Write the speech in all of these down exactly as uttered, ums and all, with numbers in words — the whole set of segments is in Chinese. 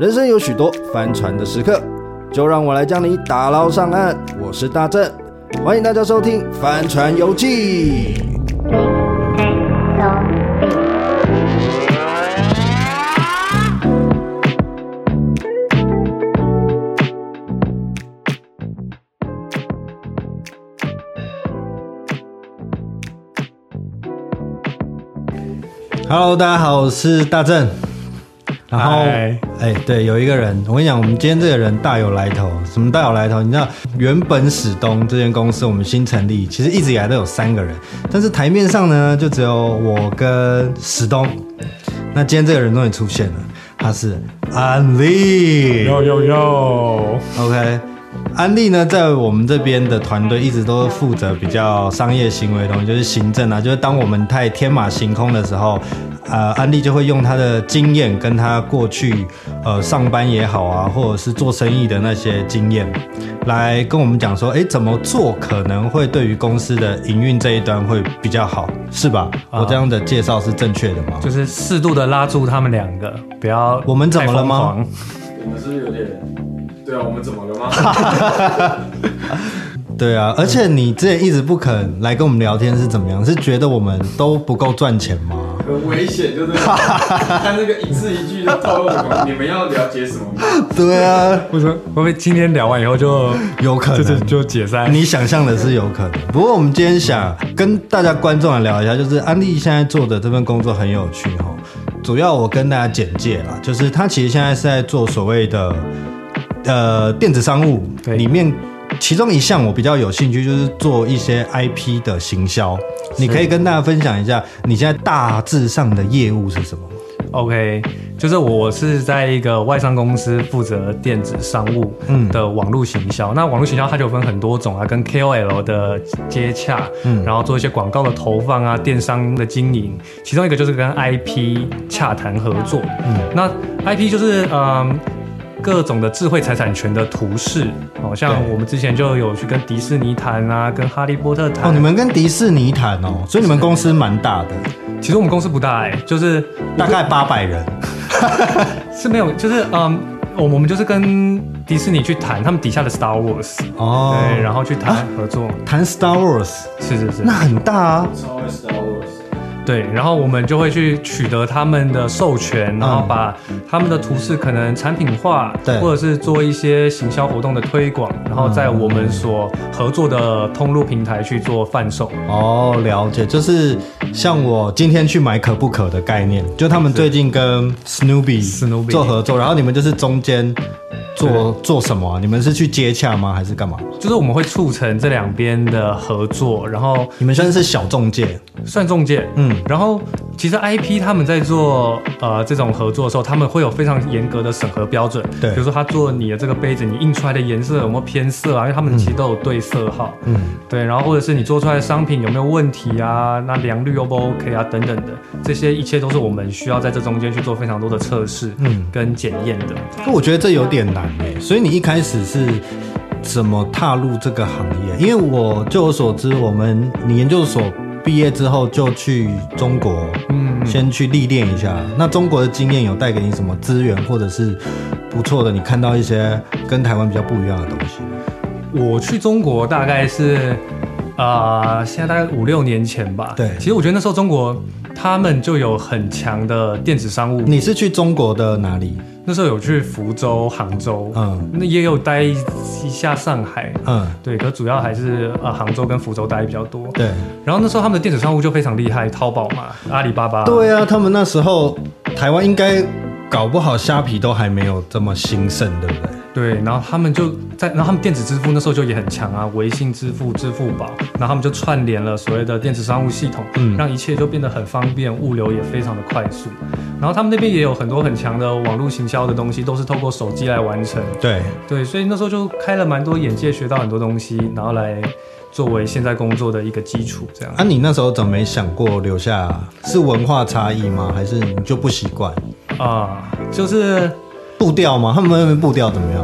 人生有许多帆船的时刻，就让我来将你打捞上岸。我是大正，欢迎大家收听《帆船游记》。Hello， 大家好，我是大正。然后，哎、欸，对，有一个人，我跟你讲，我们今天这个人大有来头。什么大有来头？你知道，原本史东这间公司我们新成立，其实一直以来都有三个人，但是台面上呢，就只有我跟史东。那今天这个人终于出现了，他是安利。 哟哟哟 ，OK。安利呢，在我们这边的团队一直都负责比较商业行为的东西，就是行政啊，就是当我们太天马行空的时候，呃，安利就会用他的经验跟他过去呃上班也好啊，或者是做生意的那些经验，来跟我们讲说，哎，怎么做可能会对于公司的营运这一端会比较好，是吧？啊、我这样的介绍是正确的吗？ 就是适度的拉住他们两个，不要我们怎么了吗？ 我们是不是有点？对啊，我们怎么了吗？ 对啊，而且你之前一直不肯来跟我们聊天是怎么样？是觉得我们都不够赚钱吗？ 很危险，就是看那个一字一句就透露什么，你们要了解什么吗？ 对啊， 为什么会不会今天聊完以后就有可能就, 就, 就解散？ 你想象的是有可能，不过我们今天想跟大家观众来聊一下，就是安利现在做的这份工作很有趣哈。主要我跟大家简介啦，就是他其实现在是在做所谓的。呃，电子商务里面，其中一项我比较有兴趣，就是做一些 I P 的行销。你可以跟大家分享一下，你现在大致上的业务是什么 ？OK， 就是我是在一个外商公司负责电子商务的网络行销。嗯、那网络行销它就分很多种啊，跟 K O L 的接洽，嗯，然后做一些广告的投放啊，电商的经营。其中一个就是跟 I P 洽谈合作。嗯，那 I P 就是嗯。各种的智慧财产权的图示，好像我们之前就有去跟迪士尼谈啊，跟哈利波特谈。 哦，你们跟迪士尼谈哦，所以你们公司蛮大的。 其实我们公司不大哎、欸，就是大概八百人， 是没有，就是嗯，我们就是跟迪士尼去谈，他们底下的 Star Wars 哦，对，然后去谈合作， 谈、啊、Star Wars， 是是是， 那很大啊， 超爱 Star Wars。 对，然后我们就会去取得他们的授权，然后把他们的图示可能产品化， 对， 或者是做一些行销活动的推广，然后在我们所合作的通路平台去做贩售。 哦，了解，就是像我今天去买可不可的概念，就他们最近跟 Snoopy 做合作，然后你们就是中间做做什么、啊？你们是去接洽吗？还是干嘛？ 就是我们会促成这两边的合作，然后你们算是小中介， 算中介，嗯。然后其实 I P 他们在做呃这种合作的时候，他们会有非常严格的审核标准。对，比如说他做你的这个杯子，你印出来的颜色有没有偏色啊？因为他们其实都有对色号。嗯，对。然后或者是你做出来的商品有没有问题啊？那良率 O 不 OK 啊？等等的，这些一切都是我们需要在这中间去做非常多的测试，嗯，跟检验的。 可我觉得这有点难诶，所以你一开始是怎么踏入这个行业？因为我就我所知，我们你研究所毕业之后就去中国，嗯，先去历练一下。那中国的经验有带给你什么资源，或者是不错的？你看到一些跟台湾比较不一样的东西？ 我去中国大概是，呃，现在大概五六年前吧。 对， 其实我觉得那时候中国他们就有很强的电子商务。 你是去中国的哪里？ 那时候有去福州、杭州，嗯，那也有待一下上海，嗯，对，可主要还是呃杭州跟福州待比较多， 对。 然后那时候他们的电子商务就非常厉害，淘宝嘛，阿里巴巴， 对啊，他们那时候台湾应该搞不好虾皮都还没有这么兴盛，对不对？ 对，然后他们就在，然后他们电子支付那时候就也很强啊，微信支付、支付宝，然后他们就串联了所谓的电子商务系统，嗯，让一切就变得很方便，物流也非常的快速。然后他们那边也有很多很强的网络行销的东西，都是透过手机来完成。 对对，所以那时候就开了蛮多眼界，学到很多东西，然后来作为现在工作的一个基础。这样。 啊，你那时候怎么没想过留下？是文化差异吗？还是你就不习惯？ 啊，就是。 步调吗？他们那边步调怎么样？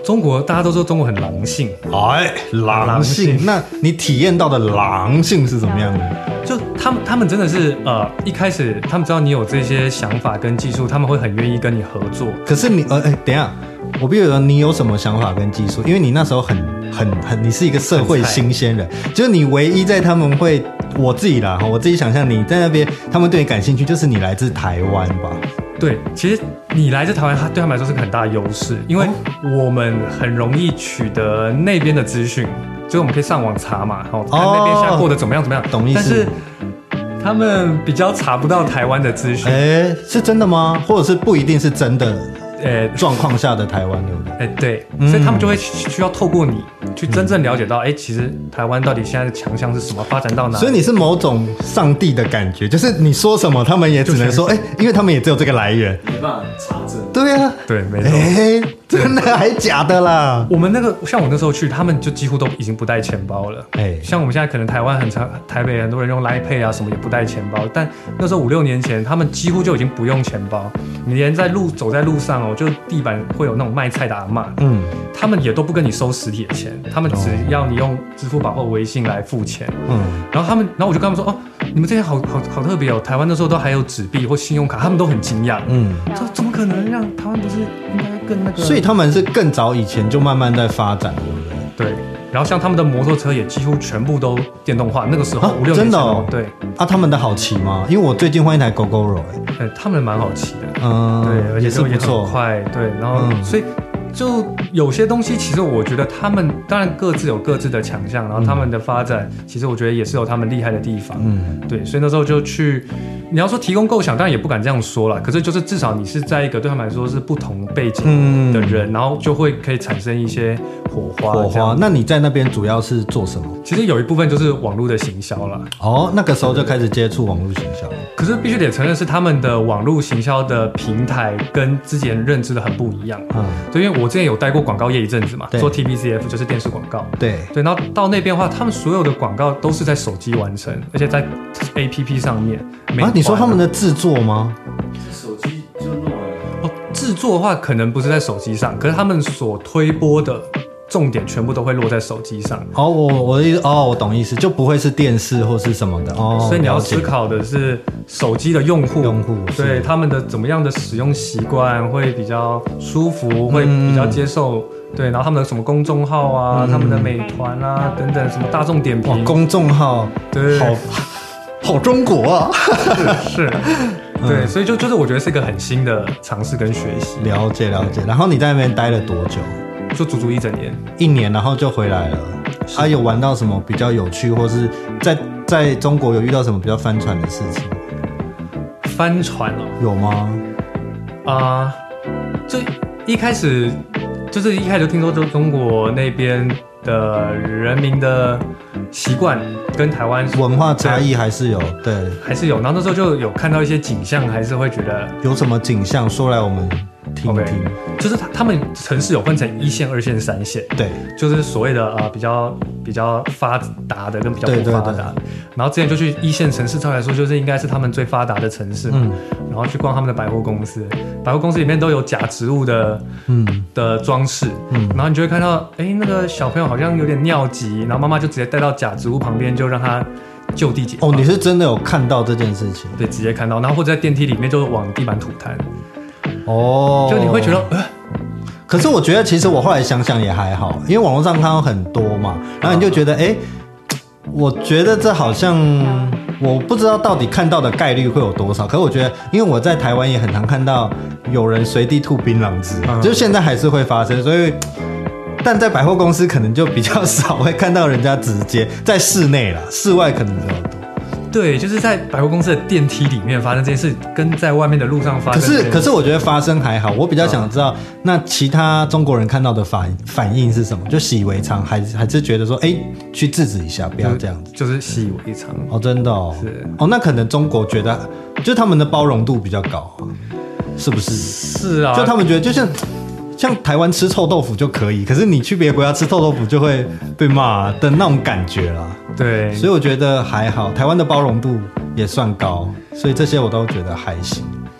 中国大家都说中国很狼性， 哎，狼性，那你体验到的狼性是怎么样的？ 就他们他们真的是呃一开始他们知道你有这些想法跟技术，他们会很愿意跟你合作。 可是你呃哎，等一下，我比如说你有什么想法跟技术？因为你那时候很很很，你是一个社会新鲜人，就是你唯一在他们会，我自己啦，我自己想象你在那边，他们对你感兴趣，就是你来自台湾吧？ 对，其实你来自台湾，它对他们来说是个很大的优势，因为我们很容易取得那边的资讯，就是我们可以上网查嘛，哦，看那边现在过得怎么样怎么样。 懂意思。但是他们比较查不到台湾的资讯。 哎，是真的吗？或者是不一定是真的？呃，状况下的台湾，对不对？ 哎，对，嗯、所以他们就会需要透过你去真正了解到，哎、嗯，其实台湾到底现在的强项是什么，发展到哪里？ 所以你是某种上帝的感觉，就是你说什么，他们也只能说，哎、就是，因为他们也只有这个来源， 没办法查证。 对啊， 对，没错。 哎，真的还假的啦？ 我们那个像我那时候去，他们就几乎都已经不带钱包了。哎，像我们现在可能台湾很常，台北很多人用 Line Pay 啊什么也不带钱包，但那时候五六年前，他们几乎就已经不用钱包，你连在路走在路上哦，就地板会有那种卖菜的阿嬷，嗯，他们也都不跟你收实体的钱，他们只要你用支付宝或微信来付钱，嗯，然后他们，然后我就跟他们说，哦，你们这些好好好特别哦，台湾那时候都还有纸币或信用卡，他们都很惊讶，嗯，说怎么可能让台湾不是应该更那个？ 所以他们是更早以前就慢慢在发展，对不对？ 对。然后像他们的摩托车也几乎全部都电动化，那个时候五六年前、 真的哦， 对啊，他们的好骑吗？因为我最近换一台 GoGoRo， 哎、 欸，他们蛮好骑的，嗯，对，而且也很快，对，然后、嗯、所以就有些东西，其实我觉得他们当然各自有各自的强项，然后他们的发展，嗯、其实我觉得也是有他们厉害的地方，嗯，对，所以那时候就去。你要说提供构想，当然也不敢这样说啦。可是就是至少你是在一个对他们来说是不同背景的人，嗯、然后就会可以产生一些火花。 火花。那你在那边主要是做什么？ 其实有一部分就是网络的行销啦。 哦，那个时候就开始接触网络行销。 可是必须得承认，是他们的网络行销的平台跟之前认知的很不一样。嗯，对，因为我之前有待过广告业一阵子嘛，做 T V C F 就是电视广告。 对对，然后到那边的话，他们所有的广告都是在手机完成，而且在 A P P 上面。 啊，你说他们的制作吗？ 手机就弄了。 哦，制作的话可能不是在手机上，可是他们所推播的重点全部都会落在手机上。 哦，我我的意思，哦，我懂意思，就不会是电视或是什么的。哦， 所以你要思考的是手机的用户， 用户对他们的怎么样的使用习惯会比较舒服，会比较接受。嗯对，然后他们的什么公众号啊，嗯、他们的美团啊等等，什么大众点评， 公众号， 对， 好。好中国啊， 是，是对，嗯、所以就就是我觉得是一个很新的尝试跟学习。 了解了解，然后你在那边待了多久？ 就足足一整年， 一年，然后就回来了。啊，有玩到什么比较有趣，或是在在中国有遇到什么比较翻船的事情？ 翻船哦， 有吗？ 啊、呃，就一开始就是一开始就听说，就中国那边的人民的习惯跟台湾文化差异还是有，对， 还是有。然后那时候就有看到一些景象，还是会觉得有什么景象，说来我们听听。Okay, 就是他他们城市有分成一线、二线、三线，对，就是所谓的呃比较比较发达的跟比较不发达的。对对对，然后之前就去一线城市，照来说就是应该是他们最发达的城市，嗯，然后去逛他们的百货公司，百货公司里面都有假植物的嗯的装饰，嗯，然后你就会看到，哎，那个小朋友好像有点尿急，然后妈妈就直接带到假植物旁边，就让他就地解放。 哦，你是真的有看到这件事情？ 对，直接看到，然后或者在电梯里面就往地板吐痰。 哦， 就你会觉得，呃， 可是我觉得其实我后来想想也还好，因为网络上看到很多嘛，然后你就觉得，哎、欸，我觉得这好像我不知道到底看到的概率会有多少，可是我觉得，因为我在台湾也很常看到有人随地吐槟榔汁，嗯、就是现在还是会发生，所以。但在百货公司可能就比较少会看到人家直接在室内啦，室外可能比较多。 对，就是在百货公司的电梯里面发生这件事，跟在外面的路上发生。可是，可是我觉得发生还好，我比较想知道，嗯、那其他中国人看到的反反应是什么？就习以为常，还还是觉得说，哎、欸，去制止一下，不要这样子， 就, 就是习以为常。 哦，真的哦， 是哦，那可能中国觉得，就他们的包容度比较高，是不是？ 是啊， 就他们觉得就像。像台湾吃臭豆腐就可以，可是你去别的国家吃臭豆腐就会被骂的那种感觉啦。 对， 所以我觉得还好，台湾的包容度也算高，所以这些我都觉得还行。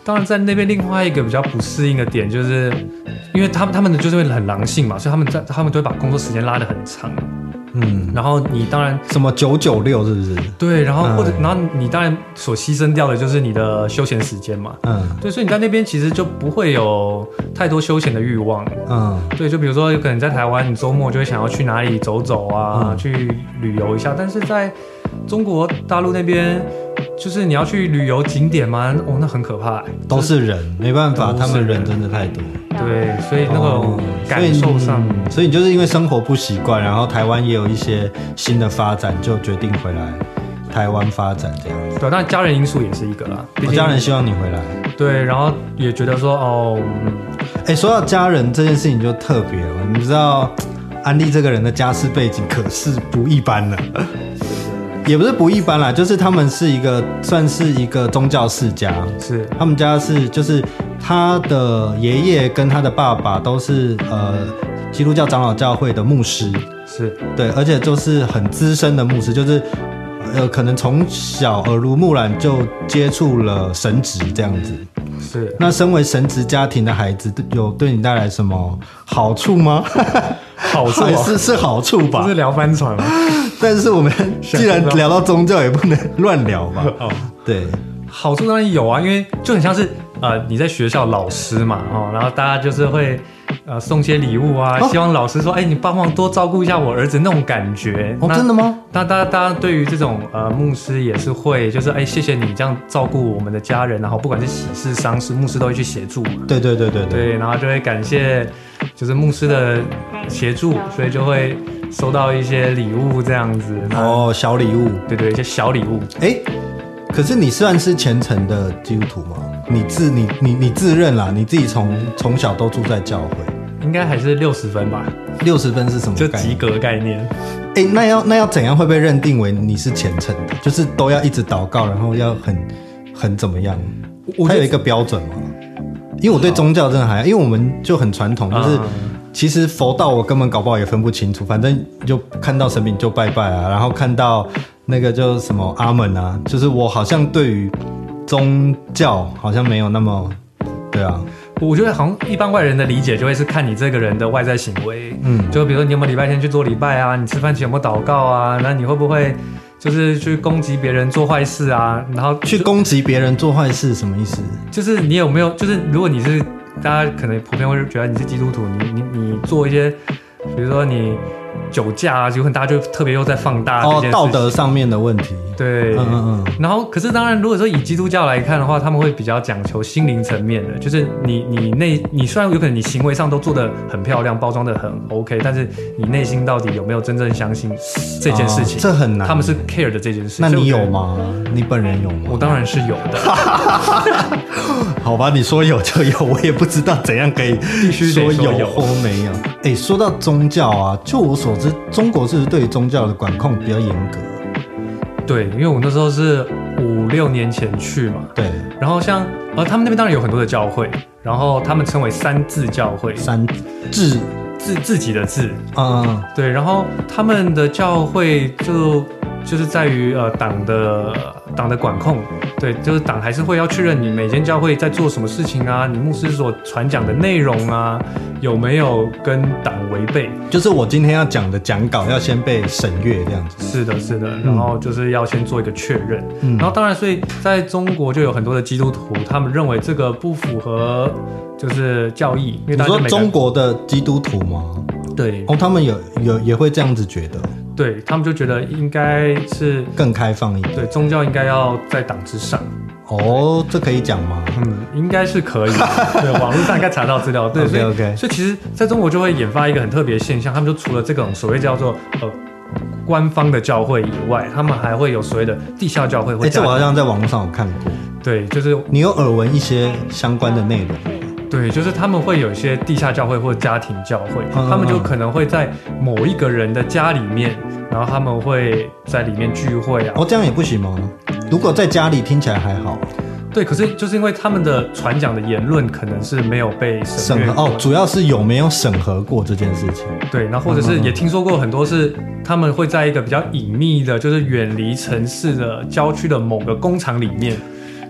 当然在那边另外一个比较不适应的点就是，因为他们他们的就是会很狼性嘛，所以他们在他们都会把工作时间拉得很长。嗯，然后你当然什么九九六是不是？ 对，然后或者、嗯、然后你当然所牺牲掉的就是你的休闲时间嘛。嗯，对，所以你在那边其实就不会有太多休闲的欲望。嗯，对，就比如说有可能在台湾，你周末就会想要去哪里走走啊，嗯、去旅游一下，但是在中国大陆那边，就是你要去旅游景点嘛，哦，那很可怕、欸， 都是人，没办法，他们人真的太多。 对，所以那个感受上、哦所，所以你就是因为生活不习惯，然后台湾也有一些新的发展，就决定回来台湾发展这样子。 对，当然家人因素也是一个啦， 我家人希望你回来。 对，然后也觉得说，哦， 哎、欸，说到家人这件事情就特别了，你知道安利这个人的家世背景可是不一般的。也不是不一般啦，就是他们是一个算是一个宗教世家， 是他们家是就是他的爷爷跟他的爸爸都是呃基督教长老教会的牧师， 是对，而且就是很资深的牧师，就是呃可能从小耳濡目染就接触了神职这样子。 是， 那身为神职家庭的孩子，有对你带来什么好处吗？ 好处、 哦、是是好处吧？ 不是聊帆船吗？ 但是我们既然聊到宗教，也不能乱聊吧？哦，对， 好处当然有啊，因为就很像是呃你在学校老师嘛，哦，然后大家就是会呃送些礼物啊，哦、希望老师说，哎、欸，你帮忙多照顾一下我儿子那种感觉。 哦，真的吗？ 那大家大家对于这种呃牧师也是会，就是哎、欸，谢谢你这样照顾我们的家人，然后不管是喜事丧事，牧师都会去协助嘛。 对对对对 对, 对，然后就会感谢就是牧师的协助，所以就会收到一些礼物这样子。 哦，小礼物， 对对，一些小礼物。 哎、欸，可是你算是虔诚的基督徒吗？你自你你你自认啦，你自己从从小都住在教会， 应该还是六十分吧？ 六十分是什么概念？ 就及格概念。 哎、欸，那要那要怎样会被认定为你是虔诚的？就是都要一直祷告，然后要很很怎么样？它有一个标准吗？因为我对宗教真的还，因为我们就很传统，就是、嗯、其实佛道我根本搞不好也分不清楚，反正就看到神明就拜拜啊，然后看到那个就什么阿门啊，就是我好像对于宗教好像没有那么，对啊。 我觉得好像一般外人的理解就会是看你这个人的外在行为，嗯，就比如说你有没有礼拜天去做礼拜啊，你吃饭前有没有祷告啊，那你会不会就是去攻击别人做坏事啊，然后去攻击别人做坏事什么意思？ 就是你有没有，就是如果你是大家可能普遍会觉得你是基督徒，你你你做一些，比如说你酒驾啊，结果大家就特别又在放大这件事情， 哦，道德上面的问题。 对，嗯嗯嗯。然后，可是当然，如果说以基督教来看的话，他们会比较讲求心灵层面的，就是你你内你虽然有可能你行为上都做得很漂亮，包装得很 OK， 但是你内心到底有没有真正相信这件事情？哦、 这很难。 他们是 care 的这件事。 那你有吗？你本人有吗？ 我当然是有的。 好吧，你说有就有，我也不知道怎样可以必须说有或没有。哎、欸，说到宗教啊，就我所知，中国是不是对于宗教的管控比较严格？ 对，因为我那时候是五六年前去嘛， 对， 然后像呃，他们那边当然有很多的教会，然后他们称为三自教会， 三自自自己的自， 嗯， 对，然后他们的教会就就是在于呃党的党的管控，对，就是党还是会要确认你每间教会在做什么事情啊，你牧师所传讲的内容啊有没有跟党违背， 就是我今天要讲的讲稿要先被审阅这样子。 是的，是的，然后就是要先做一个确认，嗯，然后当然，所以在中国就有很多的基督徒，他们认为这个不符合就是教义，因为大家你说中国的基督徒吗？ 对， 哦，他们有有也会这样子觉得。 对，他们就觉得应该是更开放一点， 对，宗教应该要在党之上。 哦，这可以讲吗？ 嗯，应该是可以。对，网络上应该查到资料。对 ，OK OK。 所以其实在中国就会引发一个很特别的现象，他们就除了这种所谓叫做呃官方的教会以外，他们还会有所谓的地下教会。哎、欸， 这我好像在网络上有看过。 对，就是你有耳闻一些相关的内容。 对，就是他们会有一些地下教会或者家庭教会， 嗯、 他们就可能会在某一个人的家里面，然后他们会在里面聚会啊。 哦，这样也不行吗？如果在家里听起来还好。 对，可是就是因为他们的传讲的言论可能是没有被审核哦，主要是有没有审核过这件事情。 对，然后或者是也听说过很多是他们会在一个比较隐秘的，就是远离城市的郊区的某个工厂里面。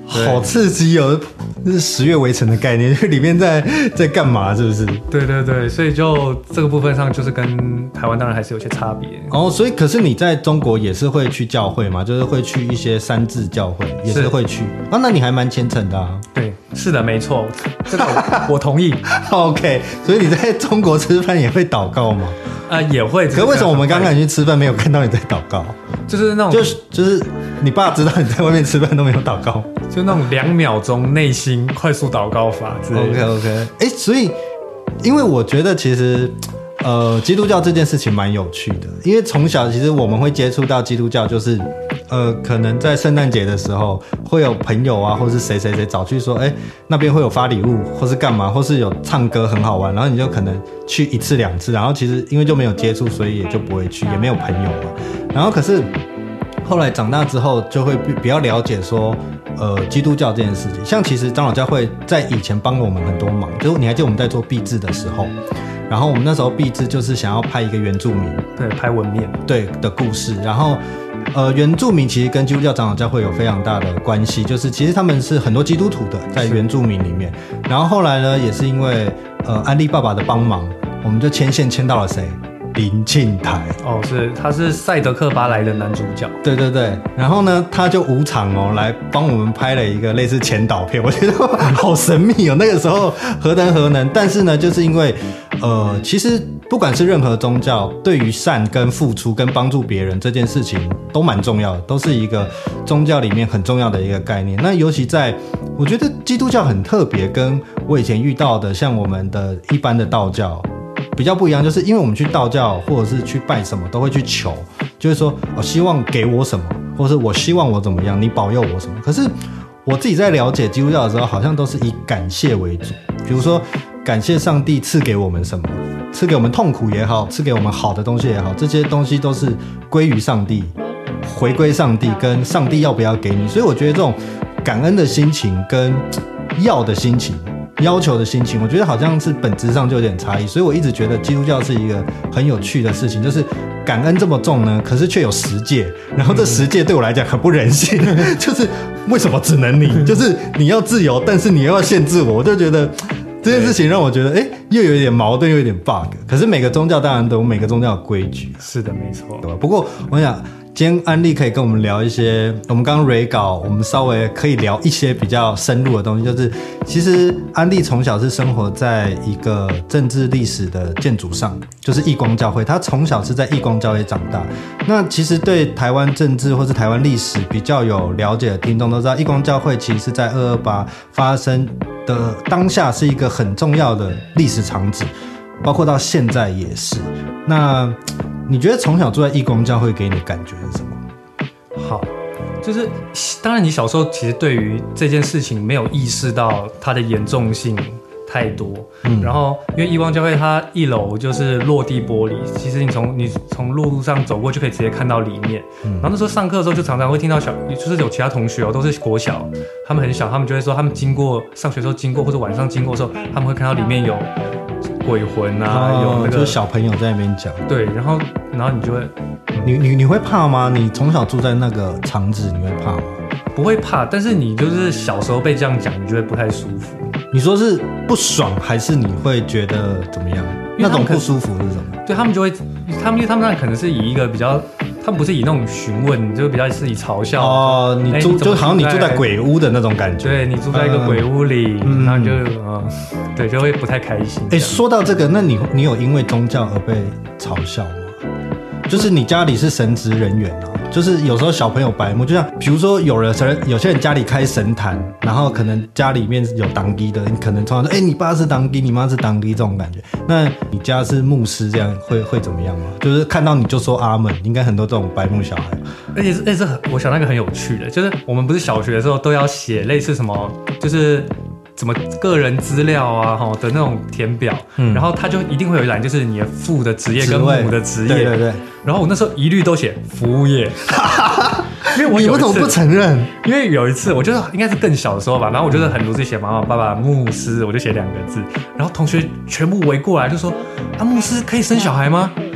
好刺激哦！这是十月围城的概念，里面在在干嘛？是不是？ 对对对，所以就这个部分上，就是跟台湾当然还是有些差别。 哦，所以可是你在中国也是会去教会嘛？就是会去一些三自教会，也是会去啊？那你还蛮虔诚的啊？ 对，是的，没错，这个 我, 我同意。 OK， 所以你在中国吃饭也会祷告吗？ 呃，也会。 可是为什么我们刚刚去吃饭没有看到你在祷告？ 就是那种， 就是就是你爸知道你在外面吃饭都没有祷告， 就那种两秒钟内心快速祷告法之类的。 OK OK， 哎、欸，所以因为我觉得其实呃基督教这件事情蛮有趣的，因为从小其实我们会接触到基督教，就是呃可能在圣诞节的时候会有朋友啊，或是谁谁谁找去说，哎、欸、那边会有发礼物，或是干嘛，或是有唱歌很好玩，然后你就可能去一次两次，然后其实因为就没有接触，所以也就不会去，也没有朋友嘛。然后可是后来长大之后，就会比较了解说，呃，基督教这件事情。像其实长老教会在以前帮了我们很多忙，就是你还记得我们在做毕制的时候，然后我们那时候毕制就是想要拍一个原住民， 对，拍文面， 对的故事。然后，呃，原住民其实跟基督教长老教会有非常大的关系，就是其实他们是很多基督徒的在原住民里面。然后后来呢，也是因为呃安利爸爸的帮忙，我们就牵线牵到了谁？林庆台哦，是他是赛德克巴莱的男主角， 对对对，然后呢，他就无偿哦来帮我们拍了一个类似前导片，我觉得好神秘哦，那个时候何德何能？但是呢，就是因为呃，其实不管是任何宗教，对于善跟付出跟帮助别人这件事情都蛮重要的，都是一个宗教里面很重要的一个概念。那尤其在我觉得基督教很特别，跟我以前遇到的像我们的一般的道教比较不一样，就是因为我们去道教或者是去拜什么都会去求，就是说我、哦、希望给我什么，或者是我希望我怎么样，你保佑我什么。可是我自己在了解基督教的时候，好像都是以感谢为主，比如说感谢上帝赐给我们什么，赐给我们痛苦也好，赐给我们好的东西也好，这些东西都是归于上帝，回归上帝，跟上帝要不要给你。所以我觉得这种感恩的心情跟要的心情，要求的心情，我觉得好像是本质上就有点差异。所以我一直觉得基督教是一个很有趣的事情，就是感恩这么重呢，可是却有十诫，然后这十诫对我来讲很不人性，就是为什么只能你，就是你要自由，但是你又要限制我，我就觉得这件事情让我觉得，哎，又有一点矛盾，又有一点 bug。可是每个宗教当然都有每个宗教的规矩， 是的，没错。 对吧？不过我想今天安利可以跟我们聊一些，我们刚刚 re 稿，我们稍微可以聊一些比较深入的东西。就是其实安利从小是生活在一个政治历史的建筑上，就是义光教会，他从小是在义光教会长大。那其实对台湾政治或是台湾历史比较有了解的听众都知道，义光教会其实是在二二八发生的当下是一个很重要的历史场址，包括到现在也是。那你觉得从小住在义光教会给你的感觉是什么？ 好，就是当然你小时候其实对于这件事情没有意识到它的严重性太多，嗯，然后因为义光教会它一楼就是落地玻璃，其实你从你从路上走过就可以直接看到里面，嗯，然后那时候上课的时候就常常会听到小，就是有其他同学哦，都是国小，他们很小，他们就会说他们经过上学的时候经过或者晚上经过的时候，他们会看到里面有鬼魂啊，哦、有那个就是小朋友在那边讲， 对，然后然后你就会， 你你你会怕吗？你从小住在那个场址，你会怕吗？ 不会怕，但是你就是小时候被这样讲，你就会不太舒服。 你说是不爽，还是你会觉得怎么样？那种不舒服是什么？ 对，他们就会，他们因为他们那可能是以一个比较，他们不是以那种询问，就比较是以嘲笑哦。你住、欸、你就好像你住在鬼屋的那种感觉。 对，你住在一个鬼屋里，嗯、然后你就嗯，对，就会不太开心。 哎、欸，说到这个，那你你有因为宗教而被嘲笑吗？就是你家里是神职人员啊，就是有时候小朋友白目，就像比如说有人有些人家里开神坛，然后可能家里面有当地的，你可能通常说，哎、欸，你爸是当地，你妈是当地这种感觉。那你家是牧师，这样会会怎么样吗？就是看到你就说阿门，应该很多这种白目小孩。 而且是，而且是我想那个很有趣的，就是我们不是小学的时候都要写类似什么，就是怎么个人资料啊的那种填表，嗯，然后他就一定会有一栏，就是你的父的职业跟母的职业， 对对对。 然后我那时候一律都写服务业，因为我有一次你为什么不承认？ 因为有一次我就是应该是更小的时候吧，然后我就是很如实写妈妈、爸爸、牧师，我就写两个字，然后同学全部围过来就说：“啊，牧师可以生小孩吗？”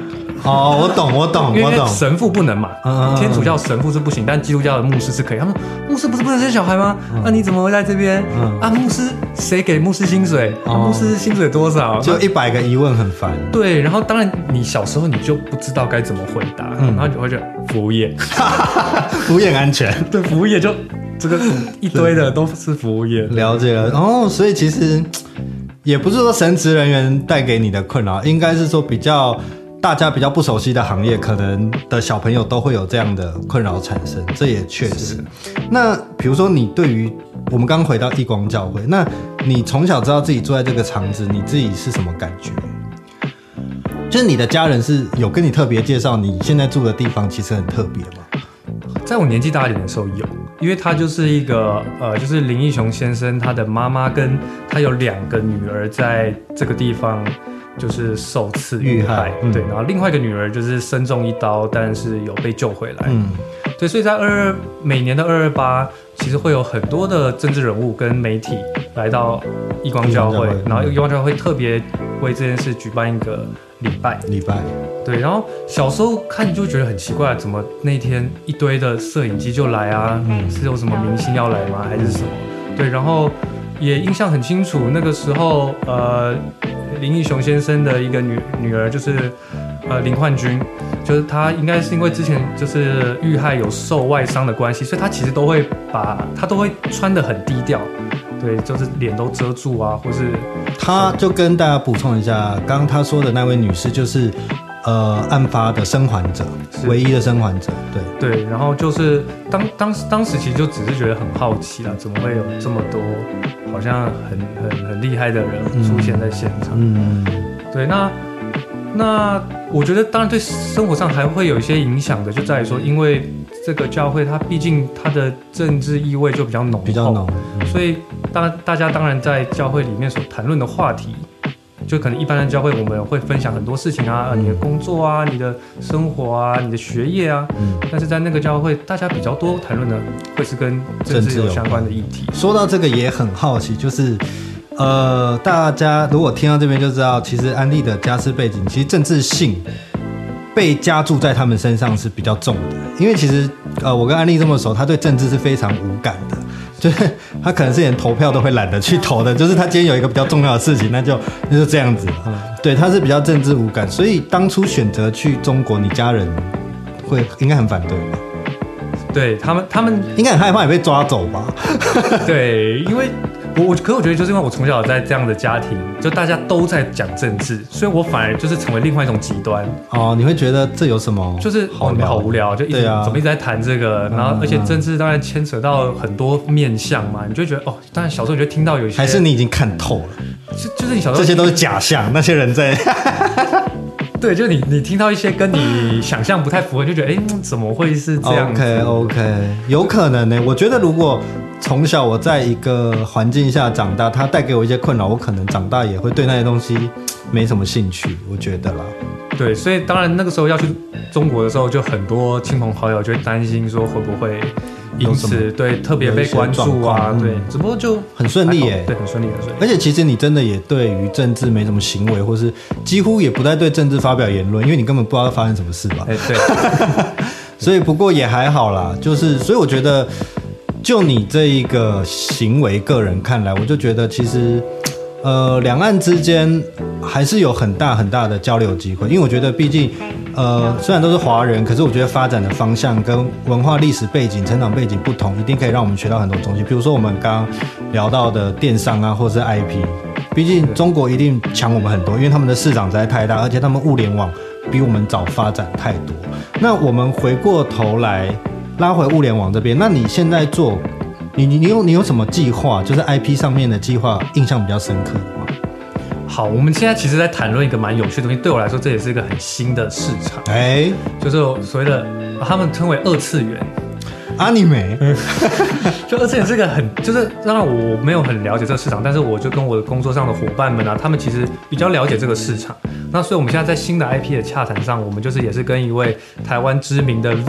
哦，我懂，我懂， 因为我懂。 神父不能嘛， 嗯天主教神父是不行，但基督教的牧师是可以。他们牧师不是不能生小孩吗？那、嗯啊、你怎么会在这边？嗯、啊，牧师谁给牧师薪水？哦、啊，牧师薪水多少？ 就一百个疑问很烦。 对，然后当然你小时候你就不知道该怎么回答，嗯、然后你会觉得服务业， 服务业安全。 对，服务业就这个一堆的都是服务业。 了解了，哦，所以其实也不是说神职人员带给你的困扰，应该是说比较。大家比较不熟悉的行业，可能的小朋友都会有这样的困扰产生，这也确实。那比如说，你对于我们刚刚回到义光教会，那你从小知道自己住在这个场子，你自己是什么感觉？就是你的家人是有跟你特别介绍你现在住的地方其实很特别吗？ 在我年纪大一点的时候有，因为他就是一个呃，就是林义雄先生他的妈妈跟他有两个女儿在这个地方。就是受刺遇害，嗯、对，然后另外一个女儿就是身中一刀，但是有被救回来，嗯，对，所以在二二每年的二二八，其实会有很多的政治人物跟媒体来到义光教会，嗯、然后义光教会特别为这件事举办一个礼拜， 礼拜， 对，然后小时候看就觉得很奇怪，怎么那天一堆的摄影机就来啊？嗯，是有什么明星要来吗？还是什么？对，然后也印象很清楚，那个时候呃。林义雄先生的一个女女儿就是呃林焕君，就是她应该是因为之前就是遇害有受外伤的关系，所以她其实都会把她都会穿得很低调，对，就是脸都遮住啊，或是她就跟大家补充一下，刚刚她说的那位女士就是呃案发的生还者，唯一的生还者，对对，然后就是当当当时其实就只是觉得很好奇啦，怎么会有这么多好像很很很厉害的人出现在现场？嗯，对，那那我觉得当然对生活上还会有一些影响的，就在于说，因为这个教会它毕竟它的政治意味就比较浓厚， 比较浓， 嗯、所以当大家当然在教会里面所谈论的话题。就可能一般的教会，我们会分享很多事情啊，嗯、你的工作啊，你的生活啊，你的学业啊。嗯、但是在那个教会，大家比较多谈论的会是跟政治有相关的议题。 说到这个也很好奇，就是呃，大家如果听到这边就知道，其实安利的家世背景，其实政治性被加注在他们身上是比较重的。因为其实呃，我跟安利这么熟，他对政治是非常无感的。就是他可能是连投票都会懒得去投的，就是他今天有一个比较重要的事情，那就那就这样子了。嗯、对，他是比较政治无感，所以当初选择去中国，你家人会应该很反对吧？ 对他们，他们应该很害怕你被抓走吧？ 对，因为我我可我觉得就是因为我从小在这样的家庭，就大家都在讲政治，所以我反而就是成为另外一种极端。 哦，你会觉得这有什么？ 就是哦，你们好无聊，就一直、啊、怎么一直在谈这个，然后而且政治当然牵扯到很多面向嘛，你就会觉得哦，当然小时候你就听到有一些， 还是你已经看透了， 就就是你小时候这些都是假象，那些人在。 对，就你你听到一些跟你想象不太符合，就觉得哎，怎么会是这样子 ？OK OK， 有可能呢、欸。我觉得如果从小我在一个环境下长大，它带给我一些困扰，我可能长大也会对那些东西没什么兴趣。我觉得啦。 对，所以当然那个时候要去中国的时候，就很多亲朋好友就会担心说会不会因此对特别被关注啊，对，只不过就很顺利耶， 对，很顺利很顺利。 而且其实你真的也对于政治没什么行为，或是几乎也不再对政治发表言论，因为你根本不知道发生什么事吧？ 哎，对。 所以不过也还好啦，就是所以我觉得，就你这一个行为，个人看来，我就觉得其实。呃，两岸之间还是有很大很大的交流机会，因为我觉得毕竟，呃，虽然都是华人，可是我觉得发展的方向跟文化历史背景、成长背景不同，一定可以让我们学到很多东西。比如说我们刚刚聊到的电商啊，或是 I P， 毕竟中国一定强我们很多，因为他们的市场实在太大，而且他们物联网比我们早发展太多。那我们回过头来拉回物联网这边，那你现在做？你你你有你有什么计划？就是 I P 上面的计划，印象比较深刻的吗？ 好，我们现在其实在谈论一个蛮有趣的东西，对我来说这也是一个很新的市场，哎、欸，就是所谓的他们称为二次元。 阿尼美， 就二次元这个很，就是当然我没有很了解这个市场，但是我就跟我的工作上的伙伴们啊，他们其实比较了解这个市场。那所以我们现在在新的 I P 的洽谈上，我们就是也是跟一位台湾知名的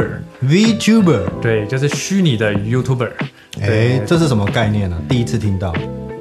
VTuber，VTuber， 对，就是虚拟的 YouTuber。 哎、欸，这是什么概念呢、啊？第一次听到。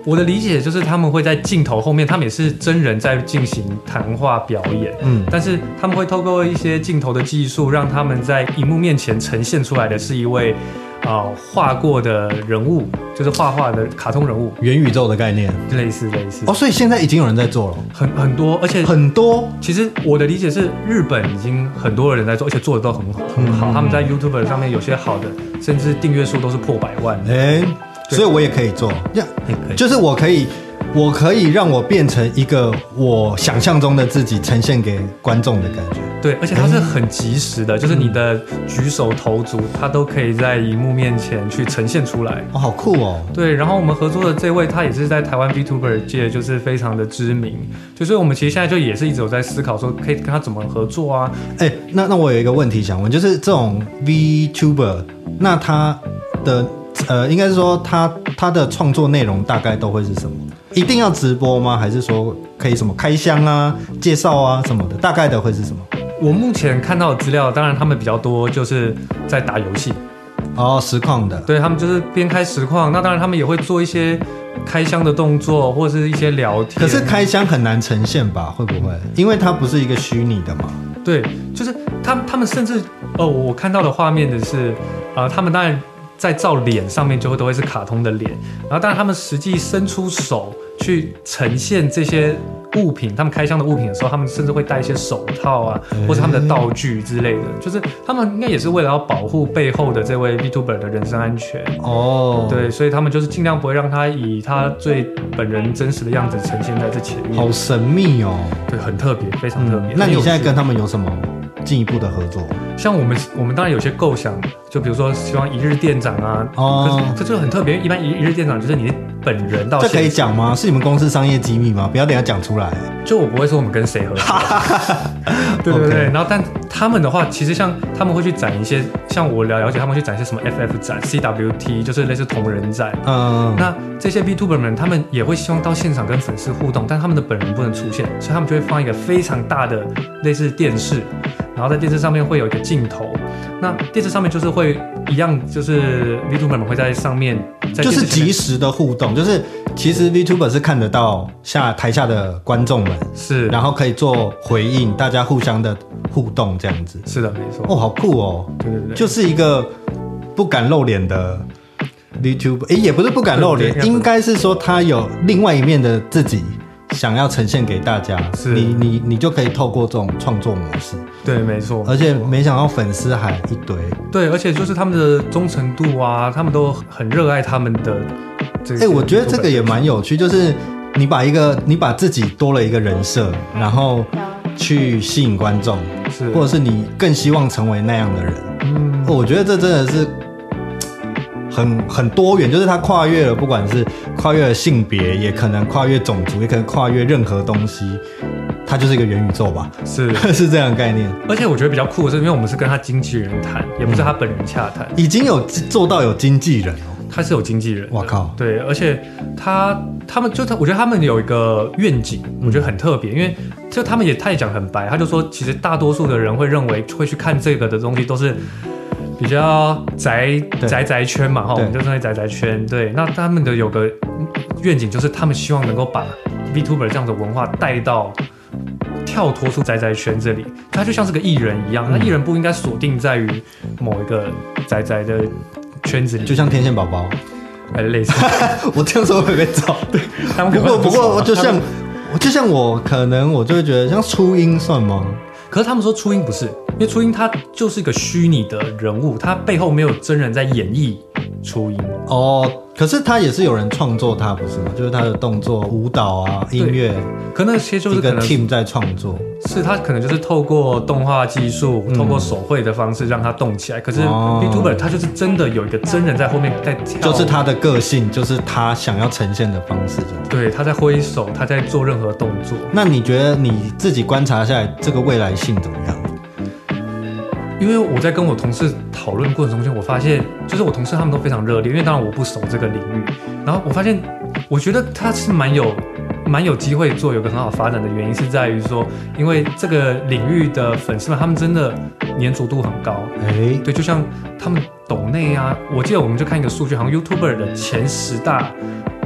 我的理解就是他们会在镜头后面，他们也是真人在进行谈话表演，嗯，但是他们会透过一些镜头的技术，让他们在荧幕面前呈现出来的是一位啊画、呃、过的人物，就是画画的卡通人物， 元宇宙的概念， 类似类似。 哦，所以现在已经有人在做了， 很很多，而且很多。 其实我的理解是，日本已经很多人在做，而且做的都很很好。嗯、他们在 YouTube 上面有些好的，甚至订阅数都是破百万。 哎、欸，所以我也可以做，这样就是我可以。我可以让我变成一个我想象中的自己，呈现给观众的感觉。 对，而且它是很及时的，嗯、就是你的举手投足，它都可以在荧幕面前去呈现出来。 哦，好酷哦！ 对，然后我们合作的这位，他也是在台湾 VTuber 界就是非常的知名，就是我们其实现在就也是一直有在思考说，可以跟他怎么合作啊？ 哎、欸，那那我有一个问题想问，就是这种 VTuber， 那他的呃，应该是说他他的创作内容大概都会是什么？一定要直播吗？还是说可以什么开箱啊、介绍啊什么的？大概的会是什么？ 我目前看到的资料，当然他们比较多就是在打游戏哦，实况的。 对，他们就是边开实况，那当然他们也会做一些开箱的动作，或者是一些聊天。 可是开箱很难呈现吧？会不会？因为它不是一个虚拟的嘛。 对，就是他们他们甚至哦，我看到的画面的是啊、呃，他们当然在照脸上面就会都会是卡通的脸，然后当然他们实际伸出手去呈现这些物品，他们开箱的物品的时候，他们甚至会戴一些手套啊，或是他们的道具之类的，就是他们应该也是为了要保护背后的这位 VTuber 的人身安全哦。对，所以他们就是尽量不会让他以他最本人真实的样子呈现在这前面。 好神秘哦， 对，很特别，非常特别、嗯。 那你现在跟他们有什么进一步的合作？ 像我们，我们当然有些构想，就比如说希望一日店长啊，哦，这就很特别。一般一日店长就是你本人到现场， 这可以讲吗？是你们公司商业机密吗？不要等一下讲出来。 就我不会说我们跟谁合作，对对对。Okay. 然后，但他们的话，其实像他们会去展一些，像我了解，他们会去展一些什么 F F 展、C W T， 就是类似同人展。嗯，那这些 VTuber 们，他们也会希望到现场跟粉丝互动，但他们的本人不能出现，所以他们就会放一个非常大的类似电视。然后在电视上面会有一个镜头，那电视上面就是会一样，就是 VTuber 们会在上面，在就是即时的互动，就是其实 VTuber 是看得到下台下的观众们， 是， 然后可以做回应，大家互相的互动这样子。 是的，没错。 哦，好酷哦！ 对对对， 就是一个不敢露脸的 VTuber， 哎，也不是不敢露脸，应该是说他有另外一面的自己。想要呈现给大家，是你你你就可以透过这种创作模式， 对，没错， 而且没想到粉丝还一堆， 对，而且就是他们的忠诚度啊，他们都很热爱他们的这个。 哎、欸，我觉得这个也蛮有趣，就是你把一个你把自己多了一个人设，然后去吸引观众，是，或者是你更希望成为那样的人，嗯，我觉得这真的是。很很多元，就是它跨越了，不管是跨越了性别，也可能跨越种族，也可能跨越任何东西，它就是一个元宇宙吧， 是是这样的概念。 而且我觉得比较酷的是，因为我们是跟他经纪人谈，也不是他本人洽谈， 已经有做到有经纪人哦， 他是有经纪人， 哇靠， 对，而且他他们就他，我觉得他们有一个愿景，我觉得很特别，因为就他们也他也讲很白，他就说，其实大多数的人会认为会去看这个的东西都是。比较宅宅宅圈嘛，哈，我们就称为宅宅圈。对，那他们的有个愿景，就是他们希望能够把 VTuber 这样的文化带到跳脱出宅宅圈这里，他就像是个艺人一样。那艺人不应该锁定在于某一个宅宅的圈子里， 就像天线宝宝， 哎，类似。 我这样说会被揍。对， 他们不过不过，就像就像我可能我就会觉得，像初音算吗？ 可是他们说初音不是，因为初音它就是一个虚拟的人物，它背后没有真人在演绎初音。 哦，可是他也是有人创作他，不是吗？就是他的动作、舞蹈啊、音乐， 可那些就是可能一个 team 在创作。 是他可能就是透过动画技术、嗯、透过手绘的方式让它动起来。可是 VTuber 他就是真的有一个真人在后面在跳， 就是他的个性，就是他想要呈现的方式。 对，他在挥手，他在做任何动作。 那你觉得你自己观察下来，这个未来性怎么样？ 因为我在跟我同事讨论过程中间，我发现就是我同事他们都非常热烈，因为当然我不熟这个领域，然后我发现，我觉得他是蛮有蛮有机会做有个很好发展的原因是在于说，因为这个领域的粉丝们他们真的粘着度很高，哎、欸，对，就像他们抖内啊，我记得我们就看一个数据，好像 YouTuber 的前十大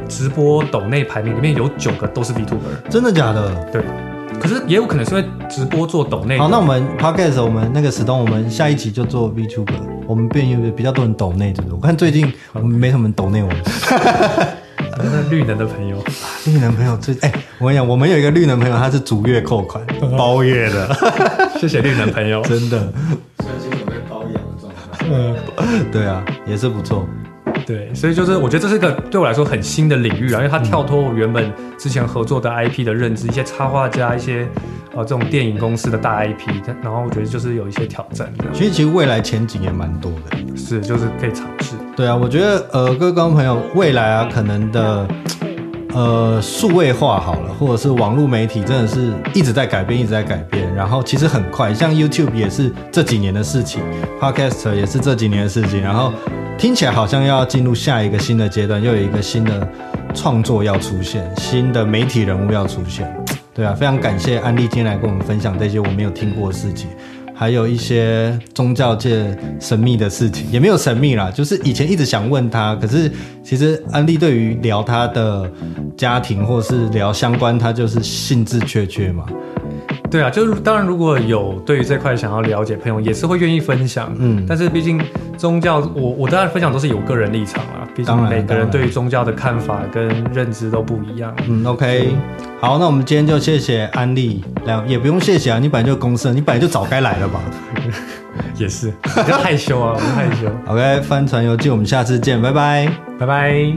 直播抖内排名里面有九个都是 VTuber， 真的假的？ 对。可是也有可能是因为直播做抖内。 好，那我们 Podcast 我们那个史东，我们下一集就做 VTuber， 我们变有比较多人抖内，对不对？我看最近我们没什么人抖内我们。 那绿能的朋友， 绿能朋友最哎、欸，我跟你讲，我们有一个绿能朋友，他是逐月扣款，包月的。 谢谢绿能朋友， 真的。 虽然是有被包养的状态。 嗯，对啊，也是不错。 对，所以就是我觉得这是个对我来说很新的领域啊，因为它跳脱我原本之前合作的 I P 的认知，一些插画家，一些呃这种电影公司的大 I P， 然后我觉得就是有一些挑战的。 其实其实未来前景也蛮多的， 是就是可以尝试。 对啊，我觉得呃各位观众朋友，未来啊可能的呃数位化好了，或者是网络媒体真的是一直在改变，一直在改变，然后其实很快，像 YouTube 也是这几年的事情 ，Podcast 也是这几年的事情，然后。听起来好像要进入下一个新的阶段，又有一个新的创作要出现，新的媒体人物要出现。对啊，非常感谢安利今天来跟我们分享这些我没有听过的事情，还有一些宗教界神秘的事情，也没有神秘啦，就是以前一直想问他，可是其实安利对于聊他的家庭或是聊相关，他就是兴致缺缺嘛。 对啊，就是当然，如果有对于这块想要了解朋友，也是会愿意分享。嗯，但是毕竟宗教，我我当然分享都是有个人立场啦。毕竟每个人对于宗教的看法跟认知都不一样。 嗯 ，OK， 好，那我们今天就谢谢安利，也不用谢谢啊，你本来就公司，你本来就早该来了吧？ 也是，比较害羞啊，我害羞。 OK， 帆船游记，我们下次见，拜拜， 拜拜。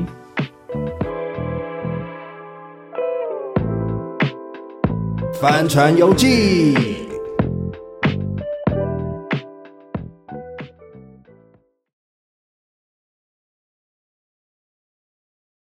帆船游记。